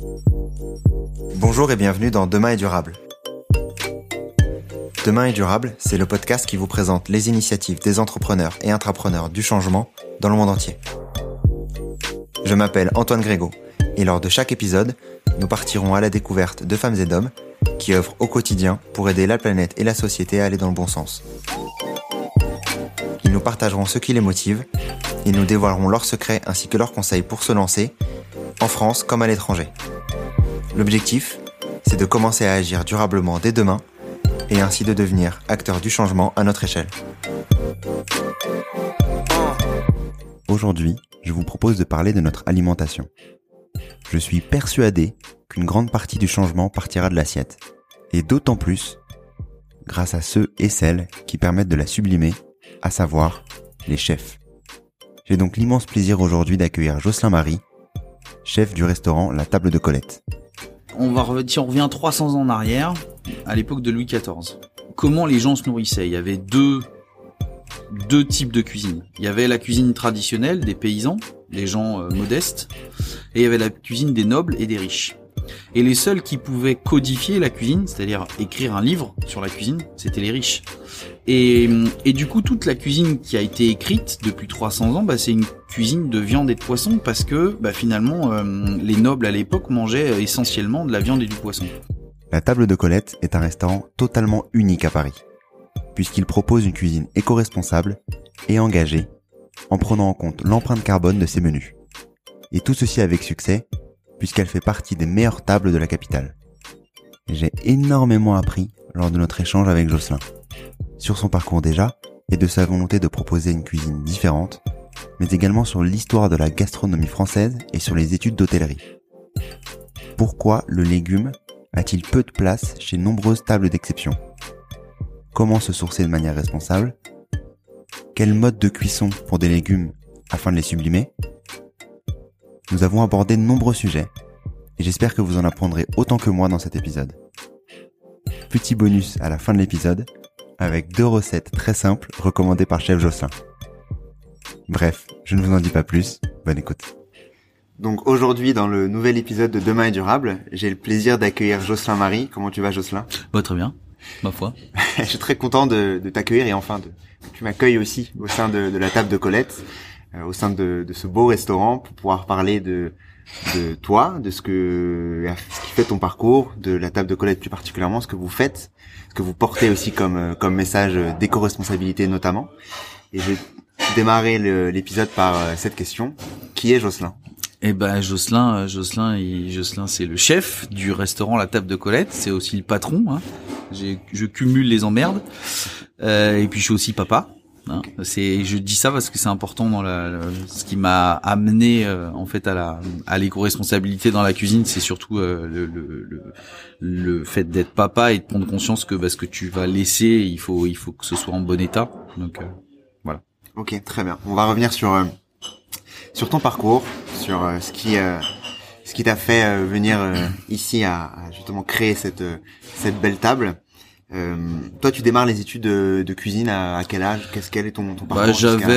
Bonjour et bienvenue dans Demain est durable. Demain est durable, c'est le podcast qui vous présente les initiatives des entrepreneurs et intrapreneurs du changement dans le monde entier. Je m'appelle Antoine Grégo et lors de chaque épisode, nous partirons à la découverte de femmes et d'hommes qui œuvrent au quotidien pour aider la planète et la société à aller dans le bon sens. Ils nous partageront ce qui les motive, ils nous dévoileront leurs secrets ainsi que leurs conseils pour se lancer, en France comme à l'étranger. L'objectif, c'est de commencer à agir durablement dès demain et ainsi de devenir acteur du changement à notre échelle. Aujourd'hui, je vous propose de parler de notre alimentation. Je suis persuadé qu'une grande partie du changement partira de l'assiette, et d'autant plus grâce à ceux et celles qui permettent de la sublimer, à savoir les chefs. J'ai donc l'immense plaisir aujourd'hui d'accueillir Jocelyn Marie, chef du restaurant La Table de Colette. Si on revient 300 ans en arrière, à l'époque de Louis XIV, comment les gens se nourrissaient ? Il y avait deux types de cuisine. Il y avait la cuisine traditionnelle des paysans, des gens modestes, et il y avait la cuisine des nobles et des riches. Et les seuls qui pouvaient codifier la cuisine, c'est-à-dire écrire un livre sur la cuisine, c'était les riches. Et du coup, toute la cuisine qui a été écrite depuis 300 ans, c'est une cuisine de viande et de poisson parce que finalement, les nobles à l'époque mangeaient essentiellement de la viande et du poisson. La Table de Colette est un restaurant totalement unique à Paris, puisqu'il propose une cuisine éco-responsable et engagée, en prenant en compte l'empreinte carbone de ses menus. Et tout ceci avec succès, puisqu'elle fait partie des meilleures tables de la capitale. J'ai énormément appris lors de notre échange avec Jocelyn, sur son parcours déjà, et de sa volonté de proposer une cuisine différente, mais également sur l'histoire de la gastronomie française et sur les études d'hôtellerie. Pourquoi le légume a-t-il peu de place chez nombreuses tables d'exception ? Comment se sourcer de manière responsable ? Quel mode de cuisson pour des légumes afin de les sublimer ? Nous avons abordé de nombreux sujets, et j'espère que vous en apprendrez autant que moi dans cet épisode. Petit bonus à la fin de l'épisode, avec 2 recettes très simples recommandées par chef Jocelyn. Bref, je ne vous en dis pas plus, bonne écoute. Donc aujourd'hui, dans le nouvel épisode de Demain est durable, j'ai le plaisir d'accueillir Jocelyn Marie. Comment tu vas, Jocelyn ? Très bien, ma foi. Je suis très content de t'accueillir et enfin que tu m'accueilles aussi au sein de la Table de Colette, au sein de ce beau restaurant pour pouvoir parler de toi, de ce qui fait ton parcours, de la Table de Colette plus particulièrement, ce que vous faites, ce que vous portez aussi comme message d'éco-responsabilité notamment. Et je vais démarrer l'épisode par cette question. Qui est Jocelyn ? Jocelyn, c'est le chef du restaurant La Table de Colette. C'est aussi le patron. Je cumule les emmerdes. Et puis je suis aussi papa. Je dis ça parce que c'est important dans ce qui m'a amené en fait à l'éco-responsabilité dans la cuisine, c'est surtout le fait d'être papa et de prendre conscience que ce que tu vas laisser, il faut que ce soit en bon état. Donc voilà. OK, très bien. On va revenir sur ton parcours, sur ce qui t'a fait venir ici à justement créer cette belle table. Toi, tu démarres les études de cuisine à quel âge ? Quel est ton parcours ?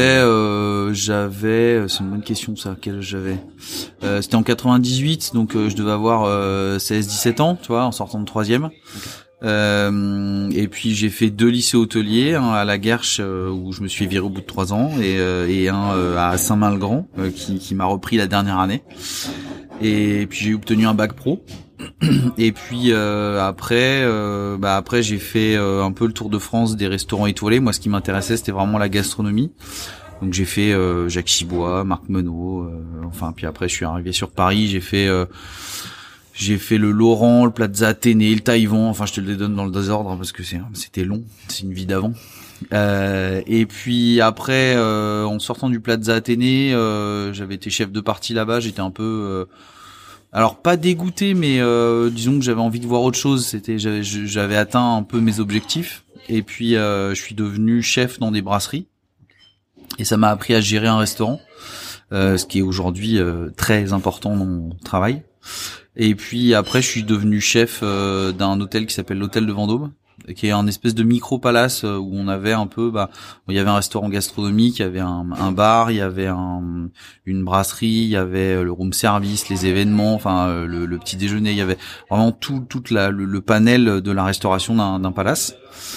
C'est une bonne question ça, quel âge j'avais ? C'était en 98, donc je devais avoir 16-17 ans, tu vois, en sortant de 3e. Okay. Et puis j'ai fait 2 lycées hôteliers, un à la Guerche où je me suis viré au bout de 3 ans et un à Saint-Main-le-Grand qui m'a repris la dernière année. Et puis j'ai obtenu un bac pro. Et puis après j'ai fait un peu le tour de France des restaurants étoilés. Moi, ce qui m'intéressait, c'était vraiment la gastronomie. Donc j'ai fait Jacques Chibois, Marc Menot, puis après je suis arrivé sur Paris, j'ai fait le Laurent, le Plaza Athénée, le Taïwan, je te le donne dans le désordre parce que c'était long, c'est une vie d'avant. Et puis après en sortant du Plaza Athénée, j'avais été chef de partie là-bas, j'étais un peu alors pas dégoûté, mais disons que j'avais envie de voir autre chose, j'avais atteint un peu mes objectifs et puis je suis devenu chef dans des brasseries et ça m'a appris à gérer un restaurant, ce qui est aujourd'hui très important dans mon travail. Et puis après je suis devenu chef d'un hôtel qui s'appelle l'hôtel de Vendôme, qui est un espèce de micro palace où on avait un peu, il y avait un restaurant gastronomique, il y avait un bar, il y avait une brasserie, il y avait le room service, les événements, enfin le petit déjeuner, il y avait vraiment le panel de la restauration d'un palace.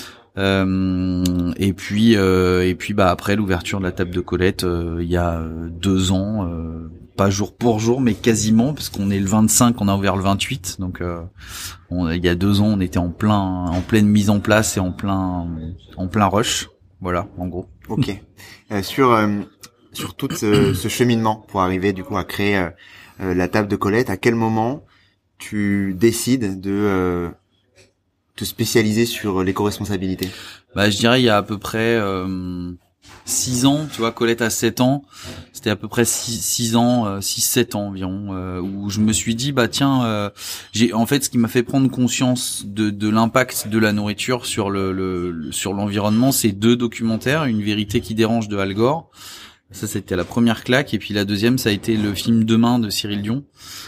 Et puis après l'ouverture de la table de Colette il y a 2 ans, pas jour pour jour mais quasiment, parce qu'on est le 25, on a ouvert le 28, donc il y a 2 ans on était en pleine mise en place et en plein rush, voilà en gros. Ok. Sur tout ce cheminement pour arriver du coup à créer la table de Colette, à quel moment tu décides de te spécialiser sur l'éco-responsabilité? Je dirais il y a à peu près 6 ans, tu vois, Colette a 7 ans, c'était à peu près 6 ans, 6-7 ans environ, où je me suis dit, en fait, ce qui m'a fait prendre conscience de l'impact de la nourriture sur sur l'environnement, c'est 2 documentaires, Une vérité qui dérange de Al Gore. Ça, c'était la première claque, et puis la deuxième, ça a été le film Demain de Cyril Dion.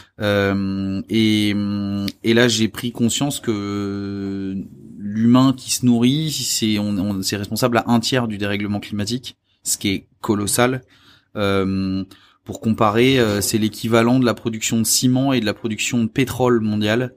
Et là, j'ai pris conscience que l'humain qui se nourrit, c'est responsable à 1/3 du dérèglement climatique, ce qui est colossal. Pour comparer, c'est l'équivalent de la production de ciment et de la production de pétrole mondiale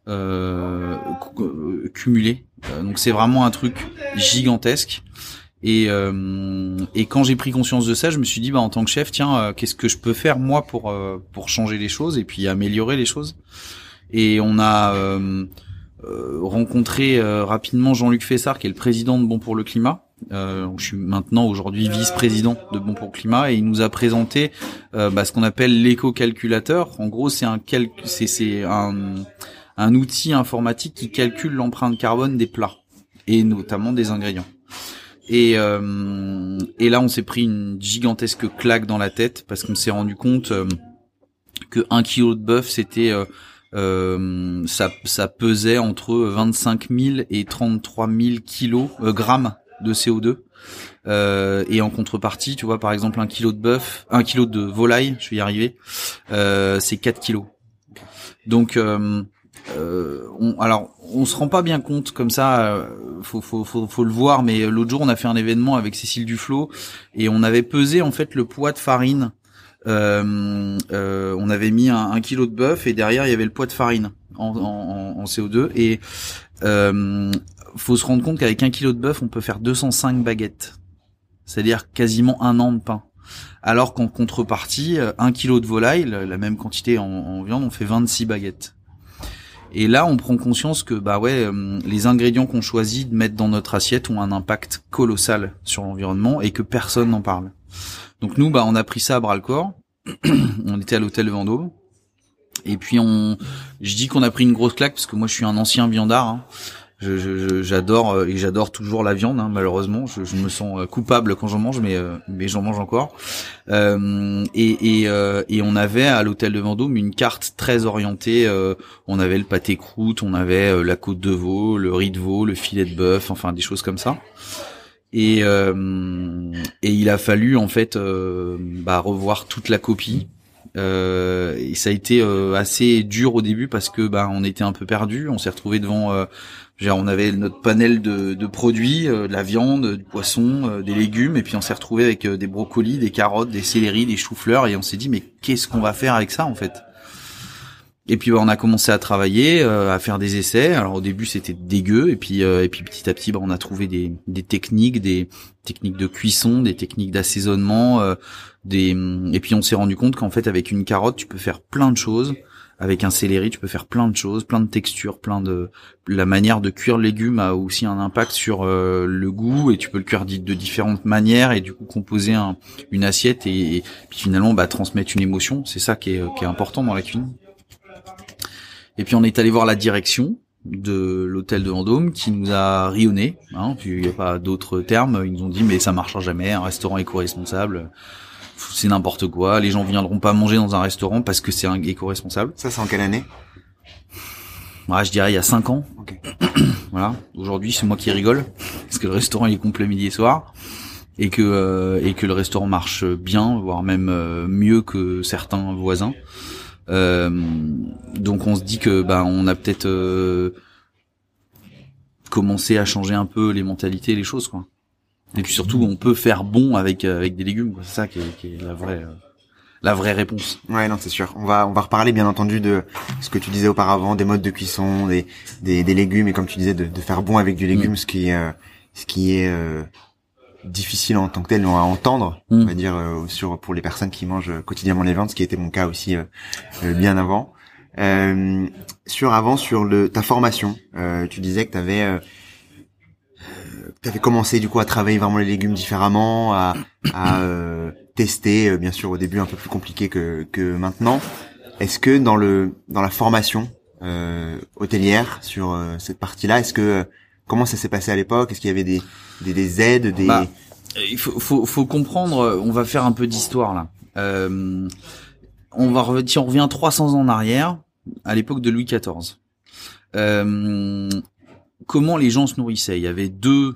cumulée. Donc c'est vraiment un truc gigantesque. Et quand j'ai pris conscience de ça, je me suis dit, en tant que chef, qu'est-ce que je peux faire moi pour changer les choses et puis améliorer les choses. Et on a rencontré rapidement Jean-Luc Fessard, qui est le président de Bon pour le climat. Je suis maintenant aujourd'hui vice-président de Bon pour le climat, et il nous a présenté ce qu'on appelle l'éco-calculateur. En gros, c'est un outil informatique qui calcule l'empreinte carbone des plats et notamment des ingrédients. Et là, on s'est pris une gigantesque claque dans la tête, parce qu'on s'est rendu compte que 1 kilo de bœuf, c'était ça pesait entre 25 000 et 33 000 grammes de CO2. Et en contrepartie, tu vois, par exemple, 1 kilo de bœuf, 1 kilo de volaille, je vais y arriver, c'est 4 kilos. Donc, on se rend pas bien compte comme ça, faut le voir, mais l'autre jour on a fait un événement avec Cécile Duflot et on avait pesé en fait le poids de farine. On avait mis 1 kilo de bœuf et derrière il y avait le poids de farine en CO2, et faut se rendre compte qu'avec 1 kilo de bœuf on peut faire 205 baguettes, c'est-à-dire quasiment 1 an de pain. Alors qu'en contrepartie, 1 kilo de volaille, la même quantité en viande, on fait 26 baguettes. Et là, on prend conscience que les ingrédients qu'on choisit de mettre dans notre assiette ont un impact colossal sur l'environnement et que personne n'en parle. Donc nous, on a pris ça à bras le corps. On était à l'hôtel de Vendôme. Et puis je dis qu'on a pris une grosse claque parce que moi je suis un ancien viandard, hein. J'adore et j'adore toujours la viande, hein, malheureusement. Je me sens coupable quand j'en mange, mais j'en mange encore. Et on avait à l'hôtel de Vendôme une carte très orientée. On avait le pâté croûte, on avait la côte de veau, le riz de veau, le filet de bœuf, enfin des choses comme ça. Et il a fallu en fait revoir toute la copie. Et ça a été assez dur au début parce que on était un peu perdu. On s'est retrouvé devant on avait notre panel de produits, de la viande, du poisson, des légumes, et puis on s'est retrouvé avec des brocolis, des carottes, des céleris, des choux-fleurs, et on s'est dit mais qu'est-ce qu'on va faire avec ça en fait? Et puis on a commencé à travailler, à faire des essais. Alors au début c'était dégueu, et puis petit à petit on a trouvé des techniques de cuisson, des techniques d'assaisonnement, et puis on s'est rendu compte qu'en fait avec une carotte tu peux faire plein de choses. Avec un céleri, tu peux faire plein de choses, plein de textures, la manière de cuire le légume a aussi un impact sur le goût, et tu peux le cuire de différentes manières et du coup composer une assiette et puis finalement transmettre une émotion. C'est ça qui est important dans la cuisine. Et puis on est allé voir la direction de l'hôtel de Vendôme qui nous a rionné, hein, puis il n'y a pas d'autres termes. Ils nous ont dit mais ça marchera jamais, un restaurant éco-responsable. C'est n'importe quoi, les gens viendront pas manger dans un restaurant parce que c'est un éco-responsable. Ça, c'est en quelle année? Je dirais il y a 5 ans. Okay. Voilà. Aujourd'hui, c'est moi qui rigole parce que le restaurant il est complet midi et soir et que le restaurant marche bien, voire même mieux que certains voisins. Donc on se dit que on a peut-être commencer à changer un peu les mentalités, les choses, quoi. Et puis surtout, on peut faire bon avec des légumes, quoi. C'est ça qui est la vraie réponse. Ouais, non, c'est sûr. On va reparler bien entendu de ce que tu disais auparavant, des modes de cuisson, des légumes, et comme tu disais, de faire bon avec du légume, ce qui est difficile en tant que tel à entendre, on va dire, pour les personnes qui mangent quotidiennement les viandes, ce qui était mon cas aussi bien avant. Sur ta formation, tu disais que t'avais commencé du coup à travailler vraiment les légumes différemment, à tester, bien sûr au début un peu plus compliqué que maintenant. Est-ce que dans la formation hôtelière sur cette partie-là, comment ça s'est passé à l'époque? Est-ce qu'il y avait des aides, il faut comprendre, on va faire un peu d'histoire là. Si on revient 300 ans en arrière, à l'époque de Louis XIV. Comment les gens se nourrissaient? Il y avait deux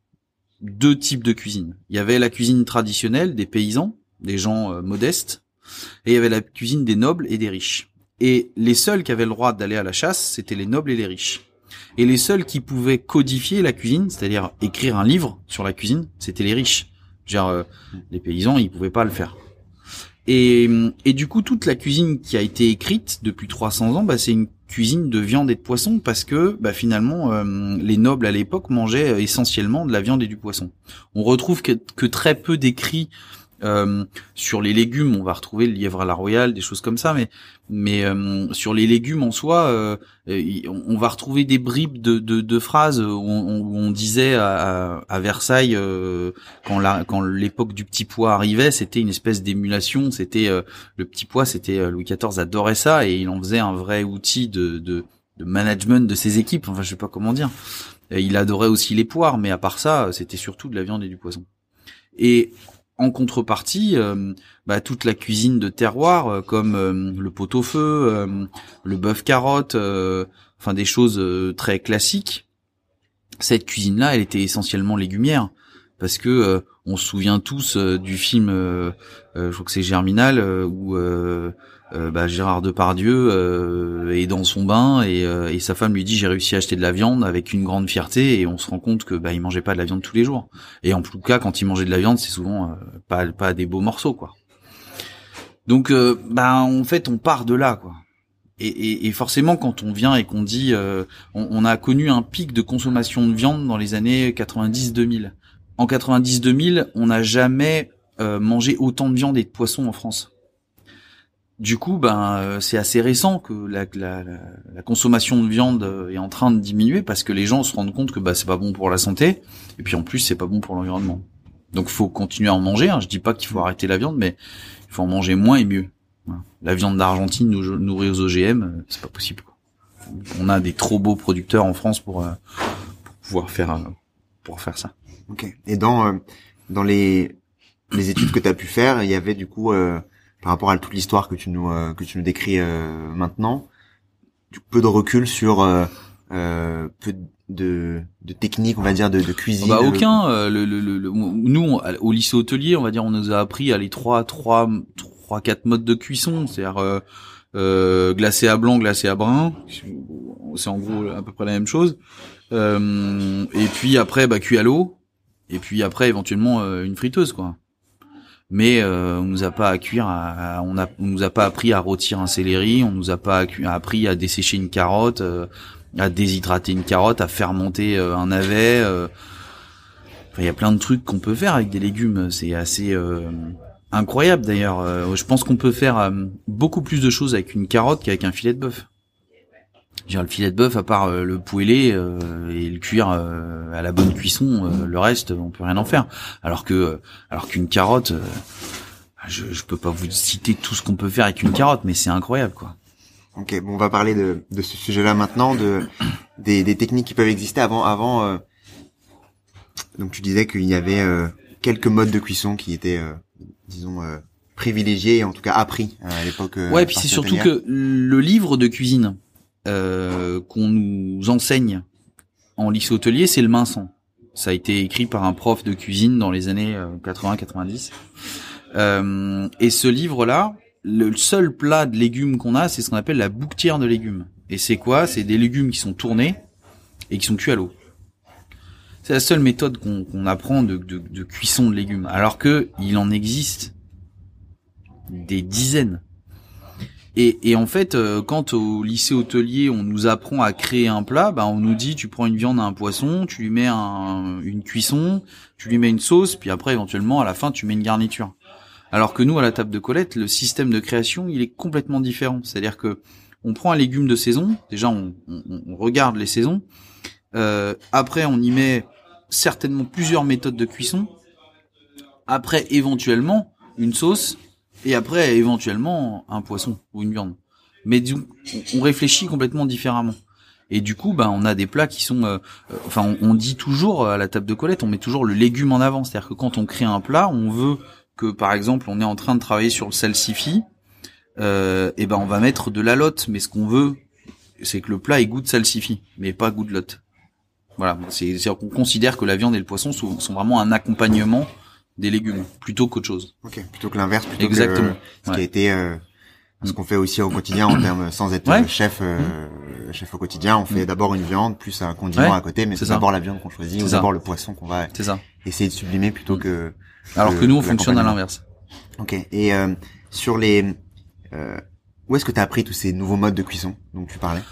types de cuisine. Il y avait la cuisine traditionnelle des paysans, des gens modestes, et il y avait la cuisine des nobles et des riches. Et les seuls qui avaient le droit d'aller à la chasse, c'était les nobles et les riches. Et les seuls qui pouvaient codifier la cuisine, c'est-à-dire écrire un livre sur la cuisine, c'était les riches. Les paysans, ils pouvaient pas le faire. Et du coup, toute la cuisine qui a été écrite depuis 300 ans, c'est une cuisine de viande et de poisson, parce que finalement les nobles à l'époque mangeaient essentiellement de la viande et du poisson. On retrouve que très peu d'écrits sur les légumes. On va retrouver le lièvre à la royale, des choses comme ça, mais sur les légumes en soi, on va retrouver des bribes de phrases où on disait à Versailles, quand l'époque du petit pois arrivait, c'était une espèce d'émulation. C'était le petit pois, c'était Louis XIV adorait ça, et il en faisait un vrai outil de management de ses équipes. Enfin, je sais pas comment dire. Et il adorait aussi les poires, mais à part ça, c'était surtout de la viande et du poisson. Et en contrepartie, toute la cuisine de terroir, comme le pot-au-feu, le bœuf carotte, des choses très classiques. Cette cuisine-là, elle était essentiellement légumière, parce que on se souvient tous du film, je crois que c'est Germinal, où Gérard Depardieu est dans son bain et sa femme lui dit j'ai réussi à acheter de la viande, avec une grande fierté, et on se rend compte que il mangeait pas de la viande tous les jours, et en tout cas quand il mangeait de la viande, c'est souvent pas des beaux morceaux, quoi. Donc en fait on part de là, quoi. Et forcément quand on vient et qu'on dit on a connu un pic de consommation de viande dans les années 90-2000. En 90-2000, on n'a jamais mangé autant de viande et de poisson en France. Du coup, c'est assez récent que la consommation de viande est en train de diminuer, parce que les gens se rendent compte que c'est pas bon pour la santé, et puis en plus c'est pas bon pour l'environnement. Donc faut continuer à en manger. Je dis pas qu'il faut arrêter la viande, mais il faut en manger moins et mieux. Voilà. La viande d'Argentine nourrie aux OGM, c'est pas possible, quoi. On a des trop beaux producteurs en France pour pouvoir faire ça. Ok. Et dans les études que tu as pu faire, il y avait du coup par rapport à toute l'histoire que tu nous décris maintenant, peu de recul sur peu de techniques, on va dire, de cuisine. Aucun. Nous, au lycée hôtelier, on va dire, on nous a appris à les 3-4 modes de cuisson, c'est-à-dire glacé à blanc, glacé à brun. C'est en gros à peu près la même chose. Et puis après, cuit à l'eau. Et puis après, éventuellement, une friteuse, quoi. Mais on nous a pas à cuire, on nous a pas appris à rôtir un céleri, on nous a pas appris à dessécher une carotte, à déshydrater une carotte, à fermenter un navet. Il y a plein de trucs qu'on peut faire avec des légumes, c'est assez incroyable d'ailleurs. Je pense qu'on peut faire beaucoup plus de choses avec une carotte qu'avec un filet de bœuf. Le filet de bœuf, à part le poêler et le cuire à la bonne cuisson, le reste on peut rien en faire. Alors qu'une carotte, je peux pas vous citer tout ce qu'on peut faire avec une carotte, mais c'est incroyable, quoi. Ok, bon, on va parler de ce sujet-là maintenant, des techniques qui peuvent exister avant. Donc tu disais qu'il y avait quelques modes de cuisson qui étaient, privilégiés, et en tout cas appris à l'époque. Ouais, puis c'est surtout que le livre de cuisine qu'on nous enseigne en lycée hôtelier, c'est le Minson. Ça a été écrit par un prof de cuisine dans les années 80-90. Et ce livre-là, le seul plat de légumes qu'on a, c'est ce qu'on appelle la bouquetière de légumes. Et c'est quoi? C'est des légumes qui sont tournés et qui sont cuits à l'eau. C'est la seule méthode qu'on apprend de cuisson de légumes, alors que il en existe des dizaines. Et en fait, quand au lycée hôtelier, on nous apprend à créer un plat, on nous dit tu prends une viande à un poisson, tu lui mets une cuisson, tu lui mets une sauce, puis après éventuellement à la fin tu mets une garniture. Alors que nous à la table de Colette, le système de création il est complètement différent. C'est-à-dire que on prend un légume de saison, déjà on regarde les saisons, après on y met certainement plusieurs méthodes de cuisson, après éventuellement une sauce. Et après, éventuellement, un poisson ou une viande. Mais on réfléchit complètement différemment. Et du coup, on a des plats qui sont... on dit toujours, à la table de Colette, on met toujours le légume en avant. C'est-à-dire que quand on crée un plat, on veut que, par exemple, on est en train de travailler sur le salsifis, on va mettre de la lotte. Mais ce qu'on veut, c'est que le plat ait goût de salsifis, mais pas goût de lotte. Voilà, c'est-à-dire qu'on considère que la viande et le poisson sont vraiment un accompagnement des légumes plutôt qu'autre chose. Ok, plutôt que l'inverse, plutôt exactement. Que ce qui a été ce qu'on fait aussi au quotidien en termes sans être chef au quotidien, on fait d'abord une viande plus un condiment à côté, mais c'est d'abord la viande qu'on choisit ou d'abord le poisson qu'on va essayer de sublimer plutôt que alors que nous on fonctionne à l'inverse. Ok. Et sur les où est-ce que tu as appris tous ces nouveaux modes de cuisson dont tu parlais?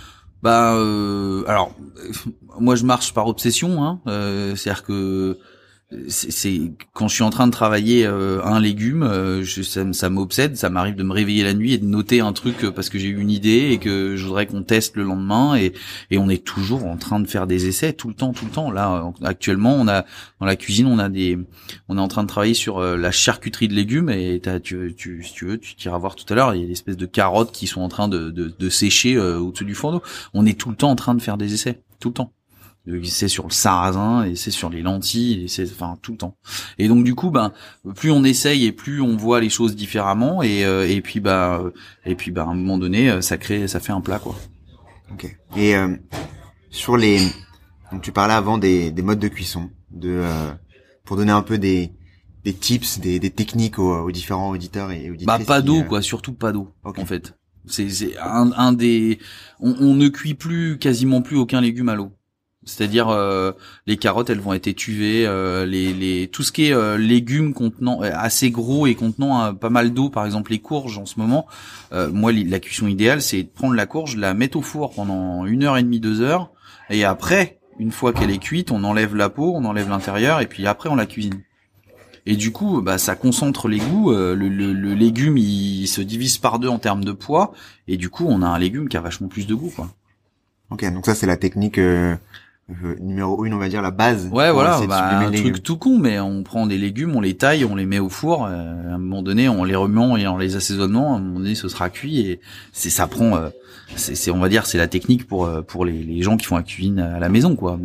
Alors moi je marche par obsession c'est-à-dire que c'est quand je suis en train de travailler un légume, ça m'obsède, ça m'arrive de me réveiller la nuit et de noter un truc parce que j'ai eu une idée et que je voudrais qu'on teste le lendemain et on est toujours en train de faire des essais tout le temps. Là actuellement, on a dans la cuisine, on est en train de travailler sur la charcuterie de légumes et si tu veux, tu iras voir tout à l'heure, il y a des espèces de carottes qui sont en train de sécher au-dessus du fourneau. On est tout le temps en train de faire des essais, tout le temps. C'est sur le sarrasin et c'est sur les lentilles et c'est tout le temps. Et donc du coup plus on essaye et plus on voit les choses différemment et puis à un moment donné ça fait un plat quoi. OK. Et sur donc tu parlais avant des modes de cuisson pour donner un peu des tips, des techniques aux différents auditeurs et auditrices. Pas d'eau quoi, surtout pas d'eau en fait. C'est un des on ne cuit quasiment plus aucun légume à l'eau. C'est-à-dire les carottes elles vont être étuvées, tout ce qui est légumes contenant assez gros et contenant pas mal d'eau, par exemple les courges en ce moment. Moi la cuisson idéale c'est de prendre la courge, la mettre au four pendant 1h30, 2 heures et après une fois qu'elle est cuite, on enlève la peau, on enlève l'intérieur et puis après on la cuisine. Et du coup, ça concentre les goûts. Le légume, il se divise par deux en termes de poids, et du coup, on a un légume qui a vachement plus de goût, quoi. Ok, donc ça c'est la technique numéro 1, on va dire la base. Ouais, voilà, un truc tout con, mais on prend des légumes, on les taille, on les met au four. À un moment donné, on les remet et on les assaisonnement. À un moment donné, ce sera cuit et ça prend. C'est on va dire, c'est la technique pour les gens qui font la cuisine à la maison, quoi.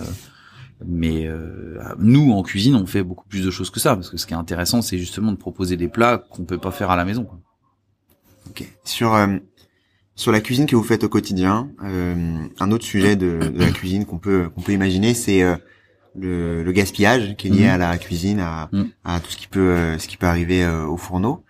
Mais nous en cuisine on fait beaucoup plus de choses que ça parce que ce qui est intéressant c'est justement de proposer des plats qu'on peut pas faire à la maison quoi. Ok. Sur la cuisine que vous faites au quotidien, un autre sujet de la cuisine qu'on peut imaginer c'est le gaspillage qui est lié à la cuisine, à tout ce qui peut arriver au fourneau.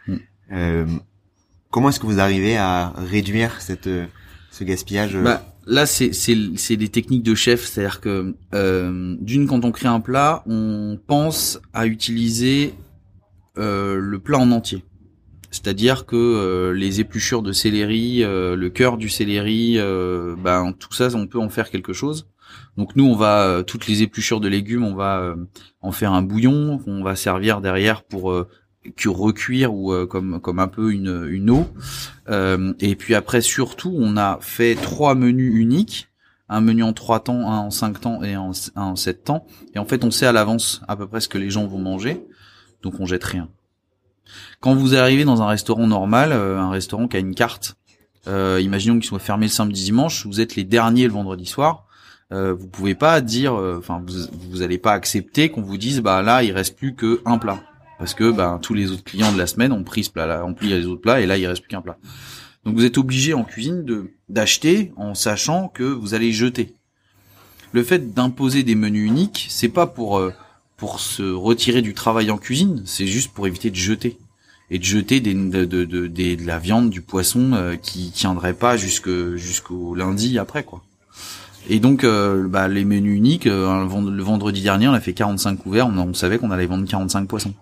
Comment est-ce que vous arrivez à réduire ce gaspillage? Là, c'est des techniques de chef, c'est-à-dire que quand on crée un plat, on pense à utiliser le plat en entier. C'est-à-dire que les épluchures de céleri, le cœur du céleri, tout ça, on peut en faire quelque chose. Donc nous, on va toutes les épluchures de légumes, on va en faire un bouillon qu'on va servir derrière pour recuire ou comme un peu une eau. Et puis après surtout on a fait 3 menus uniques, un menu en 3 temps, un en 5 temps et un en 7 temps, et en fait on sait à l'avance à peu près ce que les gens vont manger, donc on jette rien. Quand vous arrivez dans un restaurant normal, un restaurant qui a une carte, imaginons qu'il soit fermé le samedi dimanche, vous êtes les derniers le vendredi soir, vous pouvez pas dire vous allez pas accepter qu'on vous dise là il reste plus que un plat. Parce que tous les autres clients de la semaine ont pris ce plat-là, ont pris les autres plats, et là il reste plus qu'un plat. Donc vous êtes obligé en cuisine d'acheter en sachant que vous allez jeter. Le fait d'imposer des menus uniques, c'est pas pour se retirer du travail en cuisine, c'est juste pour éviter de jeter et de jeter de la viande, du poisson qui tiendrait pas jusqu'au lundi après quoi. Et donc les menus uniques, le vendredi dernier, on a fait 45 couverts, on savait qu'on allait vendre 45 poissons.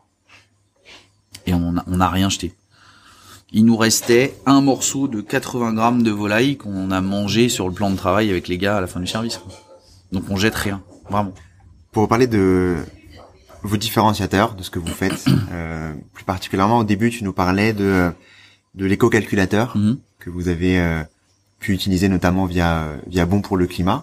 Et on a rien jeté. Il nous restait un morceau de 80 grammes de volaille qu'on a mangé sur le plan de travail avec les gars à la fin du service. Donc on jette rien, vraiment. Pour parler de vos différenciateurs, de ce que vous faites, plus particulièrement au début, tu nous parlais de l'éco-calculateur que vous avez pu utiliser notamment via Bon pour le climat.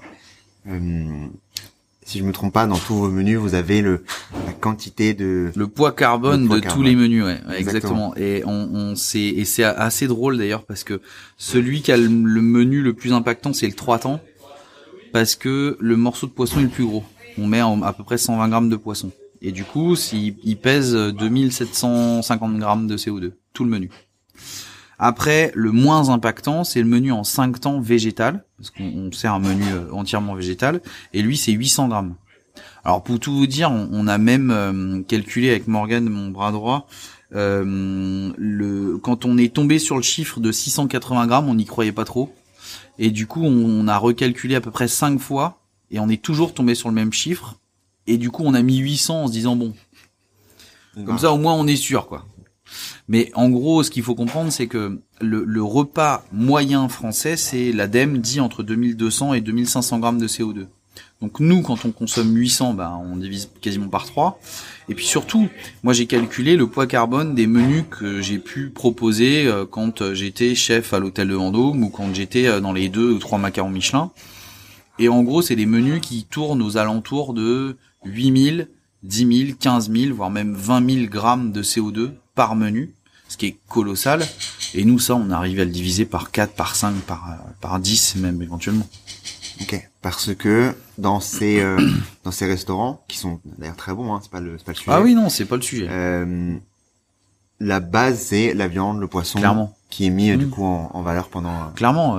Si je me trompe pas, dans tous vos menus, vous avez la quantité de le poids carbone de tous les menus, ouais, exactement. Et c'est assez drôle d'ailleurs parce que celui qui a le menu le plus impactant, c'est le 3 temps, parce que le morceau de poisson est le plus gros. On met à peu près 120 grammes de poisson. Et du coup, il pèse 2750 grammes de CO2, tout le menu. Après, le moins impactant, c'est le menu en 5 temps végétal, parce qu'on sert un menu entièrement végétal, et lui, c'est 800 grammes. Alors, pour tout vous dire, on a même calculé avec Morgane, mon bras droit, quand on est tombé sur le chiffre de 680 grammes, on n'y croyait pas trop, et du coup, on a recalculé à peu près 5 fois, et on est toujours tombé sur le même chiffre, et du coup, on a mis 800 en se disant, bon, comme ça, au moins, on est sûr, quoi. Mais en gros, ce qu'il faut comprendre, c'est que le repas moyen français, c'est l'ADEME dit entre 2200 et 2500 grammes de CO2. Donc nous, quand on consomme 800, on divise quasiment par 3. Et puis surtout, moi j'ai calculé le poids carbone des menus que j'ai pu proposer quand j'étais chef à l'hôtel de Vendôme ou quand j'étais dans les 2 ou 3 macarons Michelin. Et en gros, c'est des menus qui tournent aux alentours de 8000, 10 000, 15 000, voire même 20 000 grammes de CO2 par menu, ce qui est colossal. Et nous, ça, on arrive à le diviser par 4, par 5, par 10 même éventuellement. Ok, parce que dans ces restaurants qui sont d'ailleurs très bons, c'est pas le sujet. Ah oui, non, c'est pas le sujet. La base, c'est la viande, le poisson, clairement, qui est mis du coup en valeur pendant. Clairement.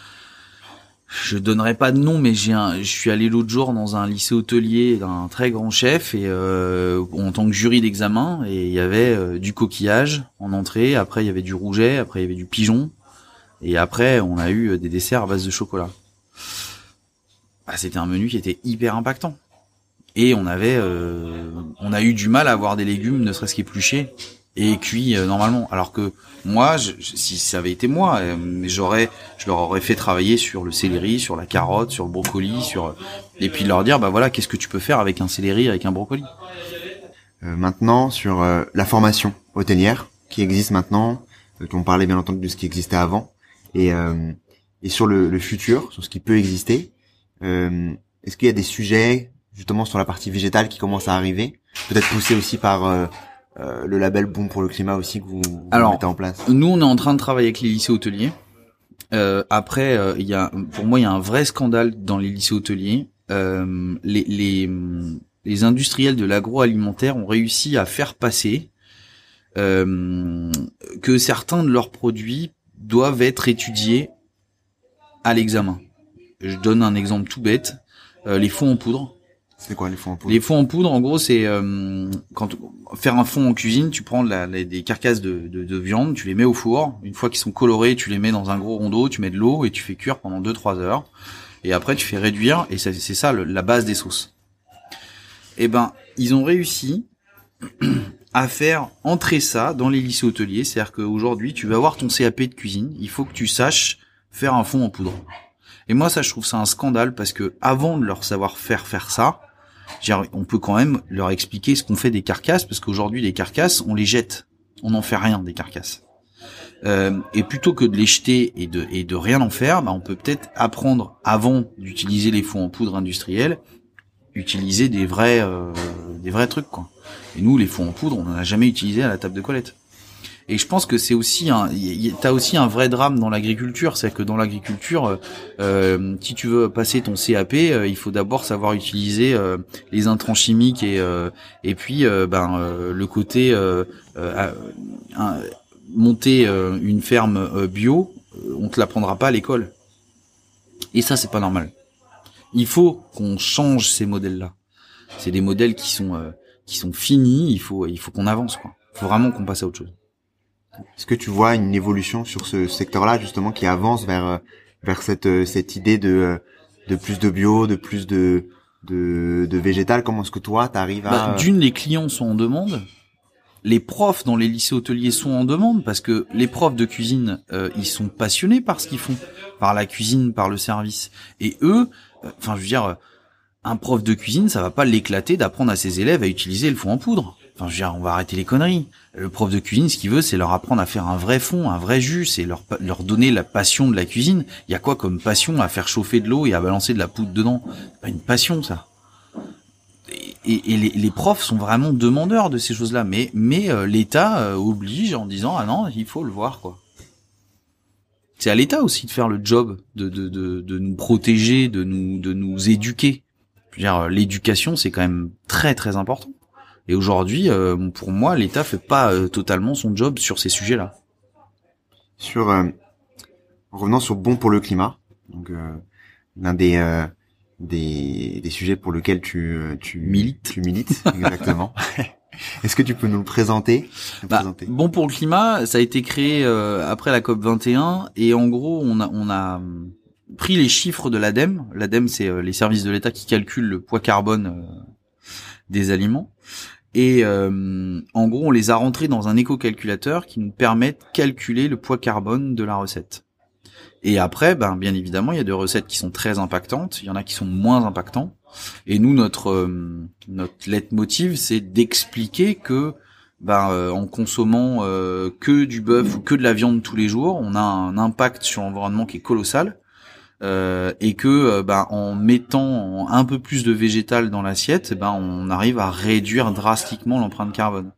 Je donnerai pas de nom, mais je suis allé l'autre jour dans un lycée hôtelier d'un très grand chef et en tant que jury d'examen, et il y avait du coquillage en entrée, après il y avait du rouget, après il y avait du pigeon, et après on a eu des desserts à base de chocolat. C'était un menu qui était hyper impactant. Et on a eu du mal à avoir des légumes, ne serait-ce qu'épluchés et cuits normalement. Alors que moi, si ça avait été moi, je leur aurais fait travailler sur le céleri, sur la carotte, sur le brocoli, et puis leur dire, voilà, qu'est-ce que tu peux faire avec un céleri, avec un brocoli. Maintenant, sur la formation hôtelière qui existe maintenant, on parlait bien entendu de ce qui existait avant, et sur le futur, sur ce qui peut exister. Est-ce qu'il y a des sujets justement sur la partie végétale qui commencent à arriver, peut-être poussés aussi par le label Bon pour le climat aussi que vous mettez en place? Nous, on est en train de travailler avec les lycées hôteliers. Après, pour moi, il y a un vrai scandale dans les lycées hôteliers. Les industriels de l'agroalimentaire ont réussi à faire passer que certains de leurs produits doivent être étudiés à l'examen. Je donne un exemple tout bête, les fonds en poudre. C'est quoi les fonds en poudre? Les fonds en poudre, en gros, c'est quand faire un fond en cuisine, tu prends des carcasses de viande, tu les mets au four. Une fois qu'ils sont colorés, tu les mets dans un gros rondeau, tu mets de l'eau et tu fais cuire pendant 2-3 heures. Et après, tu fais réduire et c'est ça la base des sauces. Ils ont réussi à faire entrer ça dans les lycées hôteliers. C'est-à-dire qu'aujourd'hui, tu vas avoir ton CAP de cuisine, il faut que tu saches faire un fond en poudre. Et moi, ça, je trouve ça un scandale parce que avant de leur savoir faire ça, on peut quand même leur expliquer ce qu'on fait des carcasses, parce qu'aujourd'hui, les carcasses, on les jette. On n'en fait rien des carcasses. Et plutôt que de les jeter et de rien en faire, on peut peut-être apprendre, avant d'utiliser les fonds en poudre industriels, utiliser des vrais trucs, quoi. Et nous, les fonds en poudre, on n'en a jamais utilisé à la table de Colette. Et je pense que c'est aussi t'as aussi un vrai drame dans l'agriculture, c'est que dans l'agriculture, si tu veux passer ton CAP, il faut d'abord savoir utiliser les intrants chimiques et puis le côté monter une ferme bio, on te l'apprendra pas à l'école. Et ça, c'est pas normal. Il faut qu'on change ces modèles-là. C'est des modèles qui sont finis. Il faut qu'on avance, quoi. Il faut vraiment qu'on passe à autre chose. Est-ce que tu vois une évolution sur ce secteur-là, justement, qui avance vers cette idée de plus de bio, de plus de végétal? Comment est-ce que toi t'arrives à... les clients sont en demande. Les profs dans les lycées hôteliers sont en demande parce que les profs de cuisine, ils sont passionnés par ce qu'ils font, par la cuisine, par le service. Et eux, je veux dire, un prof de cuisine, ça va pas l'éclater d'apprendre à ses élèves à utiliser le fond en poudre. Enfin, je veux dire, on va arrêter les conneries. Le prof de cuisine, ce qu'il veut, c'est leur apprendre à faire un vrai fond, un vrai jus, c'est leur donner la passion de la cuisine. Il y a quoi comme passion à faire chauffer de l'eau et à balancer de la poudre dedans? C'est pas une passion, ça. Et les profs sont vraiment demandeurs de ces choses-là, mais l'État oblige en disant ah non, il faut le voir, quoi. C'est à l'État aussi de faire le job de nous protéger, de nous éduquer. Je veux dire, l'éducation, c'est quand même très très important. Et aujourd'hui, pour moi, l'État fait pas totalement son job sur ces sujets-là. Revenant sur Bon pour le climat, donc l'un des sujets pour lesquels tu milites, exactement. Est-ce que tu peux nous le présenter? Bon pour le climat, ça a été créé après la COP 21 et en gros, on a pris les chiffres de l'ADEME. L'ADEME, c'est les services de l'État qui calculent le poids carbone des aliments. Et en gros, on les a rentrés dans un éco-calculateur qui nous permet de calculer le poids carbone de la recette. Et après, bien évidemment, il y a des recettes qui sont très impactantes, il y en a qui sont moins impactants. Et nous, notre leitmotiv, c'est d'expliquer que en consommant que du bœuf ou que de la viande tous les jours, on a un impact sur l'environnement qui est colossal. Et que en mettant un peu plus de végétal dans l'assiette, on arrive à réduire drastiquement l'empreinte carbone.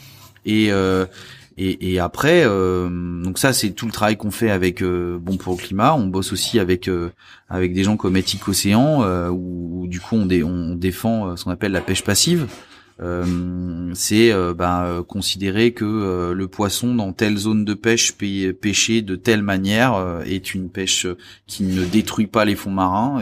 Et après, donc ça c'est tout le travail qu'on fait avec Bon pour le climat. On bosse aussi avec des gens comme Éthique Océan, où du coup on défend ce qu'on appelle la pêche passive. C'est considérer que le poisson dans telle zone de pêche pêché de telle manière est une pêche qui ne détruit pas les fonds marins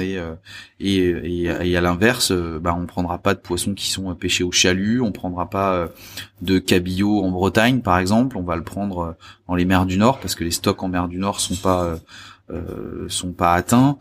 et à l'inverse on prendra pas de poissons qui sont pêchés au chalut, on prendra pas de cabillaud en Bretagne par exemple, on va le prendre dans les mers du Nord parce que les stocks en mer du Nord sont pas atteints.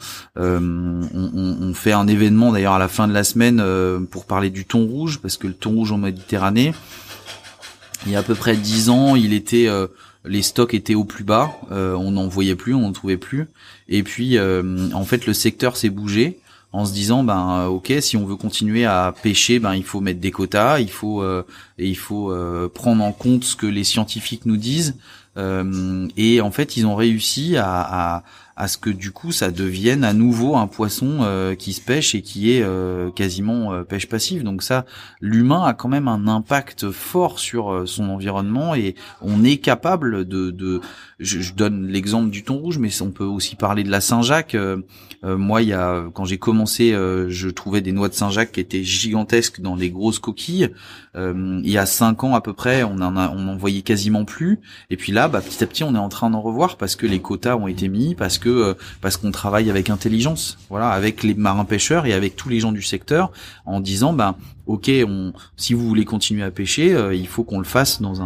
On fait un événement d'ailleurs à la fin de la semaine pour parler du thon rouge, parce que le thon rouge en Méditerranée, il y a à peu près 10 ans, les stocks étaient au plus bas, on n'en voyait plus, on n'en trouvait plus. Et puis en fait le secteur s'est bougé en se disant ok, si on veut continuer à pêcher, il faut mettre des quotas, il faut prendre en compte ce que les scientifiques nous disent. Et en fait, ils ont réussi à ce que du coup, ça devienne à nouveau un poisson qui se pêche et qui est quasiment pêche passive. Donc ça, l'humain a quand même un impact fort sur son environnement et on est capable je donne l'exemple du thon rouge, mais on peut aussi parler de la Saint-Jacques. Moi, quand j'ai commencé, je trouvais des noix de Saint-Jacques qui étaient gigantesques dans des grosses coquilles. Il y a 5 ans à peu près, on en voyait quasiment plus. Et puis là, petit à petit, on est en train d'en revoir parce que les quotas ont été mis, parce qu'on travaille avec intelligence, voilà, avec les marins pêcheurs et avec tous les gens du secteur, en disant ok, si vous voulez continuer à pêcher, il faut qu'on le fasse dans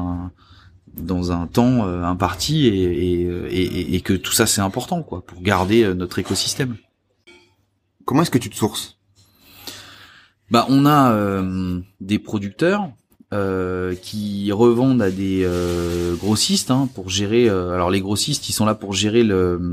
un temps imparti et que tout ça c'est important quoi pour garder notre écosystème. Comment est-ce que tu te sources? On a des producteurs qui revendent à des grossistes pour gérer. Alors les grossistes, ils sont là pour gérer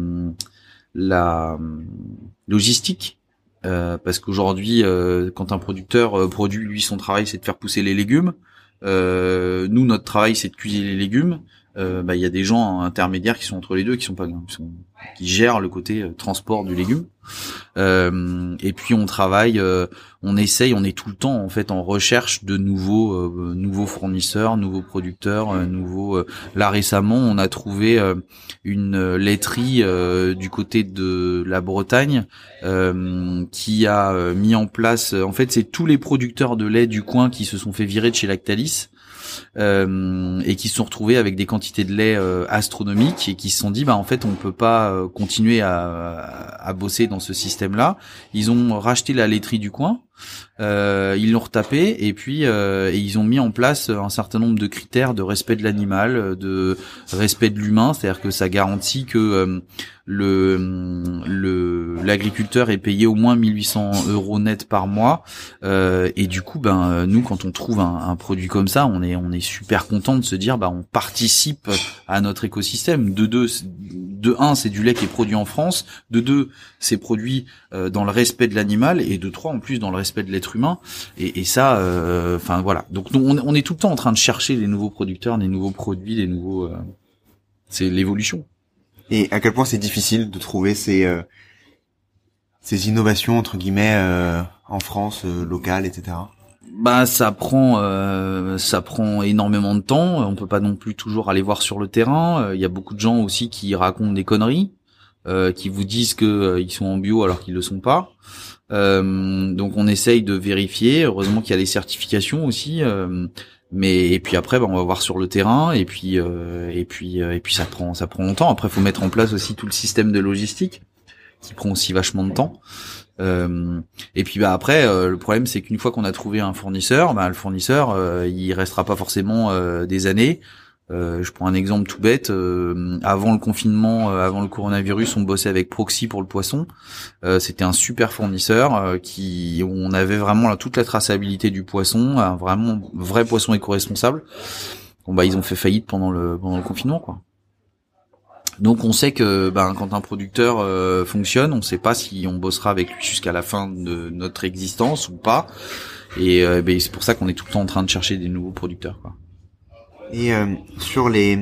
la logistique. Parce qu'aujourd'hui, quand un producteur produit, lui, son travail, c'est de faire pousser les légumes. Nous, notre travail, c'est de cuisiner les légumes. Il y a des gens intermédiaires qui sont entre les deux, qui gèrent le côté transport du légume. Et puis on travaille, on essaye, on est tout le temps en fait en recherche de nouveaux fournisseurs, nouveaux producteurs, Là récemment, on a trouvé une laiterie du côté de la Bretagne qui a mis en place. En fait, c'est tous les producteurs de lait du coin qui se sont fait virer de chez Lactalis. Et qui se sont retrouvés avec des quantités de lait astronomiques et qui se sont dit en fait on peut pas continuer à bosser dans ce système-là. Ils ont racheté la laiterie du coin, ils l'ont retapé et puis et ils ont mis en place un certain nombre de critères de respect de l'animal, de respect de l'humain, c'est-à-dire que ça garantit que l'animal l'agriculteur est payé au moins 1800 € net par mois. Et du coup, nous, quand on trouve un produit comme ça, on est super content de se dire, on participe à notre écosystème. De un, c'est du lait qui est produit en France. De deux, c'est produit dans le respect de l'animal. Et de trois, en plus, dans le respect de l'être humain. Et ça, voilà. Donc, on est tout le temps en train de chercher les nouveaux producteurs, les nouveaux produits, les nouveaux. C'est l'évolution. Et à quel point c'est difficile de trouver ces innovations entre guillemets en France, locales, etc. Ça prend énormément de temps. On peut pas non plus toujours aller voir sur le terrain. Il y a beaucoup de gens aussi qui racontent des conneries, qui vous disent que ils sont en bio alors qu'ils le sont pas. Donc on essaye de vérifier. Heureusement qu'il y a les certifications aussi. Et puis après, on va voir sur le terrain. Et puis ça prend longtemps. Après, faut mettre en place aussi tout le système de logistique qui prend aussi vachement de temps. Et puis après, le problème c'est qu'une fois qu'on a trouvé un fournisseur, le fournisseur, il restera pas forcément des années. Je prends un exemple tout bête. Avant le confinement, avant le coronavirus, on bossait avec Proxy pour le poisson. C'était un super fournisseur où on avait vraiment toute la traçabilité du poisson, un vraiment vrai poisson éco-responsable. Ils ont fait faillite pendant le confinement, quoi. Donc on sait que quand un producteur fonctionne, on sait pas si on bossera avec lui jusqu'à la fin de notre existence ou pas. Et c'est pour ça qu'on est tout le temps en train de chercher des nouveaux producteurs, quoi. Et sur les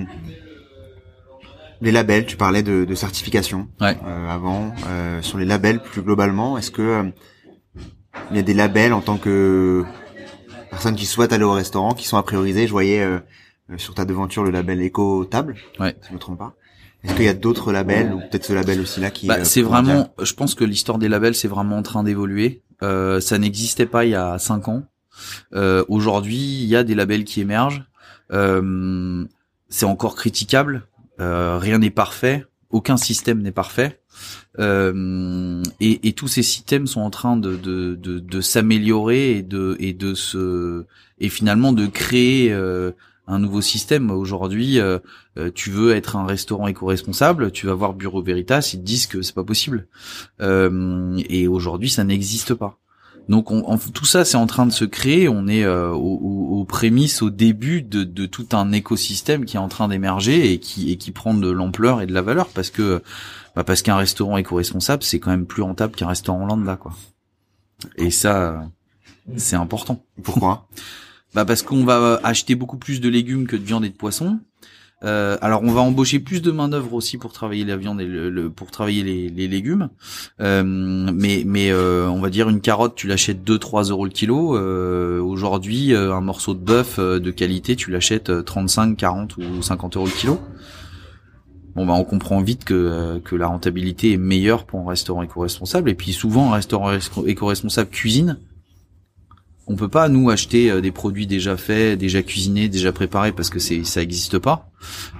labels, tu parlais de certification. Ouais. Avant, sur les labels plus globalement, est-ce que il y a des labels en tant que personne qui souhaite aller au restaurant qui sont à prioriser? Je voyais sur ta devanture le label Éco-Table, ouais, si je me trompe pas. Est-ce qu'il y a d'autres labels ou peut-être ce label aussi là qui c'est vraiment, je pense que l'histoire des labels c'est vraiment en train d'évoluer. Ça n'existait pas il y a 5 ans. Aujourd'hui, il y a des labels qui émergent. C'est encore critiquable. Rien n'est parfait. Aucun système n'est parfait. Et tous ces systèmes sont en train de s'améliorer et finalement de créer un nouveau système. Aujourd'hui, tu veux être un restaurant éco-responsable, tu vas voir Bureau Veritas, ils te disent que c'est pas possible. Et aujourd'hui, ça n'existe pas. Donc tout ça, c'est en train de se créer. On est aux prémices, au début de tout un écosystème qui est en train d'émerger et qui prend de l'ampleur et de la valeur parce qu'un restaurant éco-responsable, c'est quand même plus rentable qu'un restaurant lambda, quoi. Et ça, c'est important. Pourquoi? Parce qu'on va acheter beaucoup plus de légumes que de viande et de poisson. Alors on va embaucher plus de main d'œuvre aussi pour travailler la viande et pour travailler les légumes. Mais on va dire une carotte, tu l'achètes 2-3 € le kilo. Aujourd'hui, un morceau de bœuf de qualité, tu l'achètes 35, 40 ou 50 € le kilo. On comprend vite que la rentabilité est meilleure pour un restaurant éco-responsable. Et puis souvent, un restaurant éco-responsable cuisine. On peut pas nous acheter des produits déjà faits, déjà cuisinés, déjà préparés parce que ça existe pas.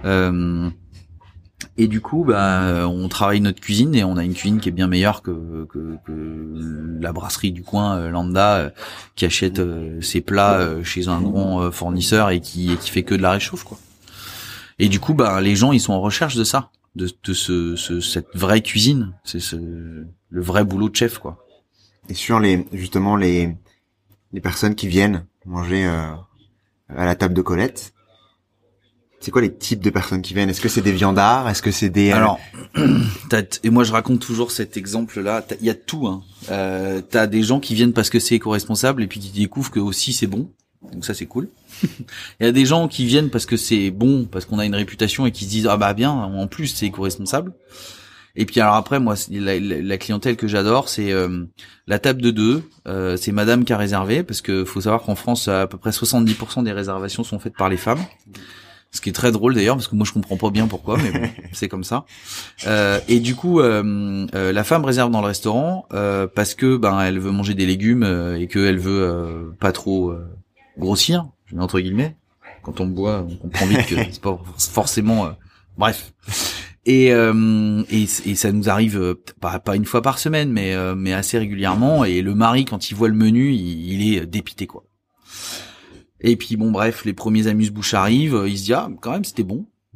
Et du coup, on travaille notre cuisine et on a une cuisine qui est bien meilleure que la brasserie du coin lambda qui achète ses plats chez un grand fournisseur et qui fait que de la réchauffe, quoi. Et du coup, les gens ils sont en recherche de ça, de cette vraie cuisine, c'est le vrai boulot de chef, quoi. Et sur les personnes qui viennent manger à la table de Colette, c'est quoi les types de personnes qui viennent? Est-ce que c'est des viandards? Est-ce que c'est des... Alors, et moi je raconte toujours cet exemple-là, il y a de tout, hein. T'as des gens qui viennent parce que c'est éco-responsable et puis qui découvrent que aussi c'est bon, donc ça c'est cool. Il y a des gens qui viennent parce que c'est bon, parce qu'on a une réputation et qui se disent bien, en plus c'est éco-responsable. Et puis alors après, moi, la clientèle que j'adore, c'est la table de deux. C'est madame qui a réservé, parce que faut savoir qu'en France, à peu près 70% des réservations sont faites par les femmes. Ce qui est très drôle d'ailleurs, parce que moi je comprends pas bien pourquoi, mais bon, c'est comme ça. Et du coup, la femme réserve dans le restaurant parce que elle veut manger des légumes et qu'elle veut pas trop grossir, je mets entre guillemets. Quand on boit, on comprend vite que c'est pas forcément... bref. Et ça nous arrive pas une fois par semaine, mais assez régulièrement. Et le mari, quand il voit le menu, il est dépité, quoi. Et puis bref, les premiers amuse-bouches arrivent, il se dit quand même c'était bon.